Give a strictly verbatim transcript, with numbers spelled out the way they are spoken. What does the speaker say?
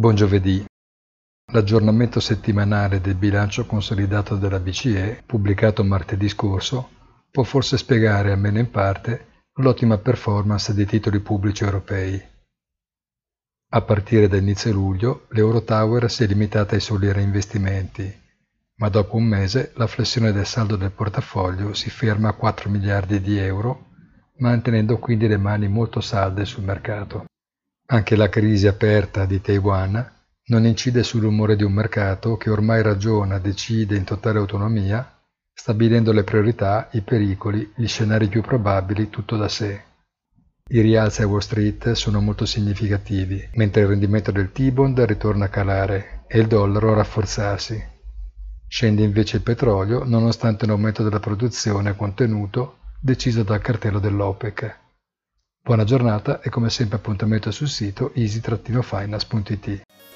Buon giovedì. L'aggiornamento settimanale del bilancio consolidato della B C E, pubblicato martedì scorso, può forse spiegare, almeno in parte, l'ottima performance dei titoli pubblici europei. A partire da inizio luglio, l'Eurotower si è limitata ai soli reinvestimenti, ma dopo un mese la flessione del saldo del portafoglio si ferma a quattro miliardi di euro, mantenendo quindi le mani molto salde sul mercato. Anche la crisi aperta di Taiwan non incide sull'umore di un mercato che ormai ragiona, decide in totale autonomia, stabilendo le priorità, i pericoli, gli scenari più probabili, tutto da sé. I rialzi a Wall Street sono molto significativi, mentre il rendimento del T-bond ritorna a calare e il dollaro a rafforzarsi. Scende invece il petrolio, nonostante un aumento della produzione contenuto deciso dal cartello dell'OPEC. Buona giornata e come sempre appuntamento sul sito easy dash finance punto it.